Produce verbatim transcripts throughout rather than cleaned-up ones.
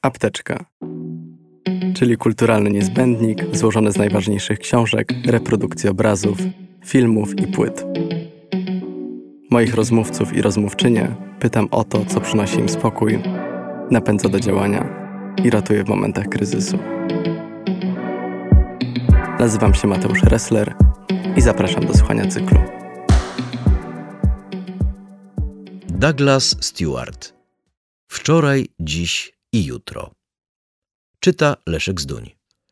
Apteczka, czyli kulturalny niezbędnik złożony z najważniejszych książek, reprodukcji obrazów, filmów i płyt. Moich rozmówców i rozmówczynie pytam o to, co przynosi im spokój, napędza do działania i ratuje w momentach kryzysu. Nazywam się Mateusz Ressler i zapraszam do słuchania cyklu. Douglas Stewart. Wczoraj, dziś i jutro. Czyta Leszek Zduń.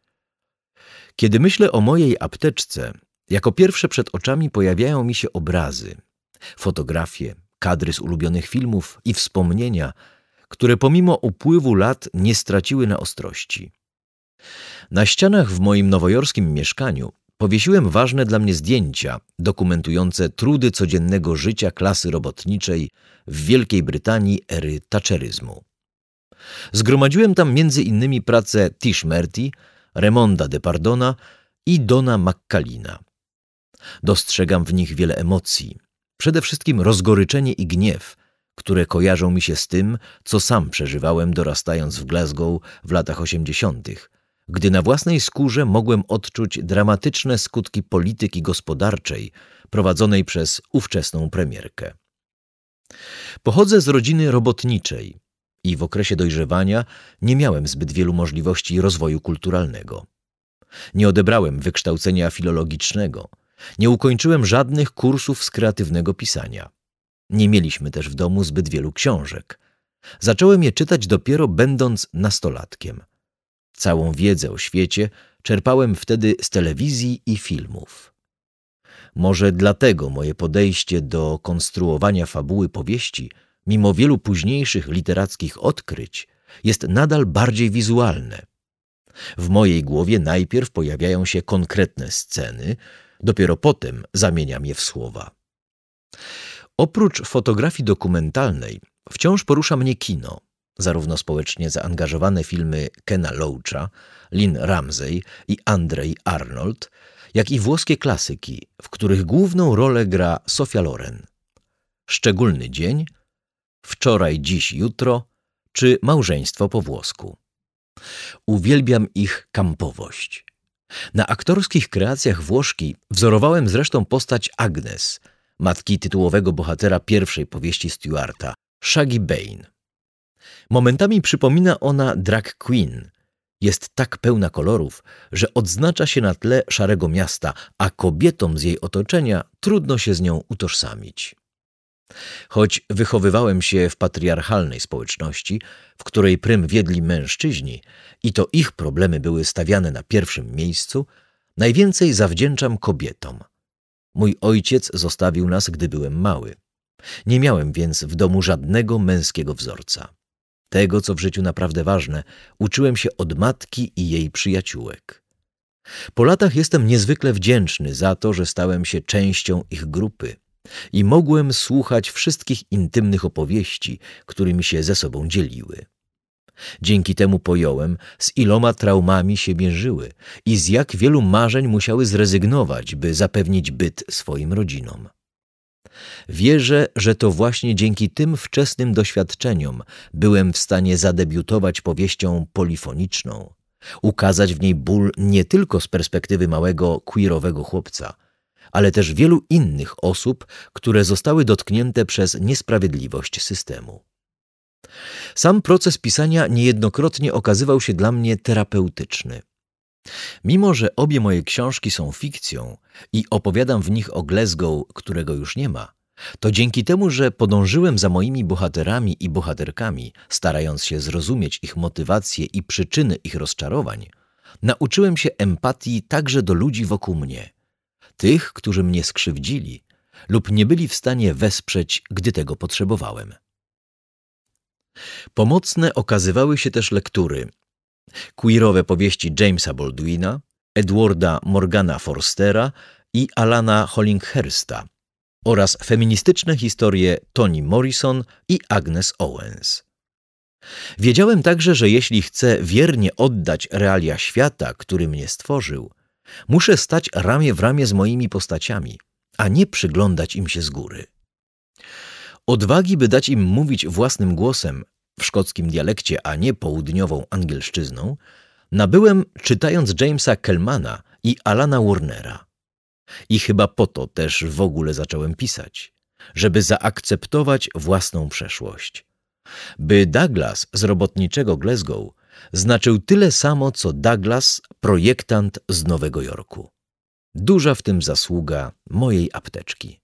Kiedy myślę o mojej apteczce, jako pierwsze przed oczami pojawiają mi się obrazy, fotografie, kadry z ulubionych filmów i wspomnienia, które pomimo upływu lat nie straciły na ostrości. Na ścianach w moim nowojorskim mieszkaniu powiesiłem ważne dla mnie zdjęcia dokumentujące trudy codziennego życia klasy robotniczej w Wielkiej Brytanii ery thatcheryzmu. Zgromadziłem tam między innymi prace Tish Merty, Raymonda Depardona i Dona McCallina. Dostrzegam w nich wiele emocji, przede wszystkim rozgoryczenie i gniew, które kojarzą mi się z tym, co sam przeżywałem dorastając w Glasgow w latach osiemdziesiątych, gdy na własnej skórze mogłem odczuć dramatyczne skutki polityki gospodarczej prowadzonej przez ówczesną premierkę. Pochodzę z rodziny robotniczej i w okresie dojrzewania nie miałem zbyt wielu możliwości rozwoju kulturalnego. Nie odebrałem wykształcenia filologicznego, nie ukończyłem żadnych kursów z kreatywnego pisania. Nie mieliśmy też w domu zbyt wielu książek. Zacząłem je czytać dopiero będąc nastolatkiem. Całą wiedzę o świecie czerpałem wtedy z telewizji i filmów. Może dlatego moje podejście do konstruowania fabuły powieści, mimo wielu późniejszych literackich odkryć, jest nadal bardziej wizualne. W mojej głowie najpierw pojawiają się konkretne sceny, dopiero potem zamieniam je w słowa. Oprócz fotografii dokumentalnej wciąż porusza mnie kino, zarówno społecznie zaangażowane filmy Kena Loacha, Lynn Ramsey i Andrzej Arnold, jak i włoskie klasyki, w których główną rolę gra Sofia Loren. Szczególny dzień, Wczoraj, dziś, jutro czy Małżeństwo po włosku. Uwielbiam ich kampowość. Na aktorskich kreacjach Włoszki wzorowałem zresztą postać Agnes, matki tytułowego bohatera pierwszej powieści Stewarta, Shaggy Bane. Momentami przypomina ona drag queen. Jest tak pełna kolorów, że odznacza się na tle szarego miasta, a kobietom z jej otoczenia trudno się z nią utożsamić. Choć wychowywałem się w patriarchalnej społeczności, w której prym wiedli mężczyźni i to ich problemy były stawiane na pierwszym miejscu, najwięcej zawdzięczam kobietom. Mój ojciec zostawił nas, gdy byłem mały. Nie miałem więc w domu żadnego męskiego wzorca. Tego, co w życiu naprawdę ważne, uczyłem się od matki i jej przyjaciółek. Po latach jestem niezwykle wdzięczny za to, że stałem się częścią ich grupy i mogłem słuchać wszystkich intymnych opowieści, którymi się ze sobą dzieliły. Dzięki temu pojąłem, z iloma traumami się mierzyły i z jak wielu marzeń musiały zrezygnować, by zapewnić byt swoim rodzinom. Wierzę, że to właśnie dzięki tym wczesnym doświadczeniom byłem w stanie zadebiutować powieścią polifoniczną, ukazać w niej ból nie tylko z perspektywy małego queerowego chłopca, ale też wielu innych osób, które zostały dotknięte przez niesprawiedliwość systemu. Sam proces pisania niejednokrotnie okazywał się dla mnie terapeutyczny. Mimo że obie moje książki są fikcją i opowiadam w nich o Glasgow, którego już nie ma, to dzięki temu, że podążyłem za moimi bohaterami i bohaterkami, starając się zrozumieć ich motywacje i przyczyny ich rozczarowań, nauczyłem się empatii także do ludzi wokół mnie, tych, którzy mnie skrzywdzili lub nie byli w stanie wesprzeć, gdy tego potrzebowałem. Pomocne okazywały się też lektury queerowe powieści Jamesa Baldwina, Edwarda Morgana Forstera i Alana Hollinghursta oraz feministyczne historie Toni Morrison i Agnes Owens. Wiedziałem także, że jeśli chcę wiernie oddać realia świata, który mnie stworzył, muszę stać ramię w ramię z moimi postaciami, a nie przyglądać im się z góry. Odwagi, by dać im mówić własnym głosem, w szkockim dialekcie, a nie południową angielszczyzną, nabyłem czytając Jamesa Kellmana i Alana Warnera. I chyba po to też w ogóle zacząłem pisać, żeby zaakceptować własną przeszłość. By Douglas z robotniczego Glasgow znaczył tyle samo, co Douglas, projektant z Nowego Jorku. Duża w tym zasługa mojej apteczki.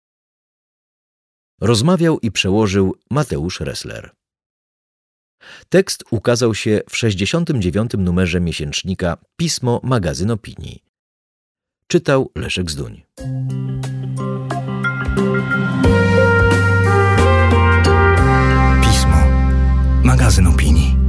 Rozmawiał i przełożył Mateusz Ressler. Tekst ukazał się w sześćdziesiątym dziewiątym numerze miesięcznika Pismo Magazyn Opinii. Czytał Leszek Zduń. Pismo. Magazyn Opinii.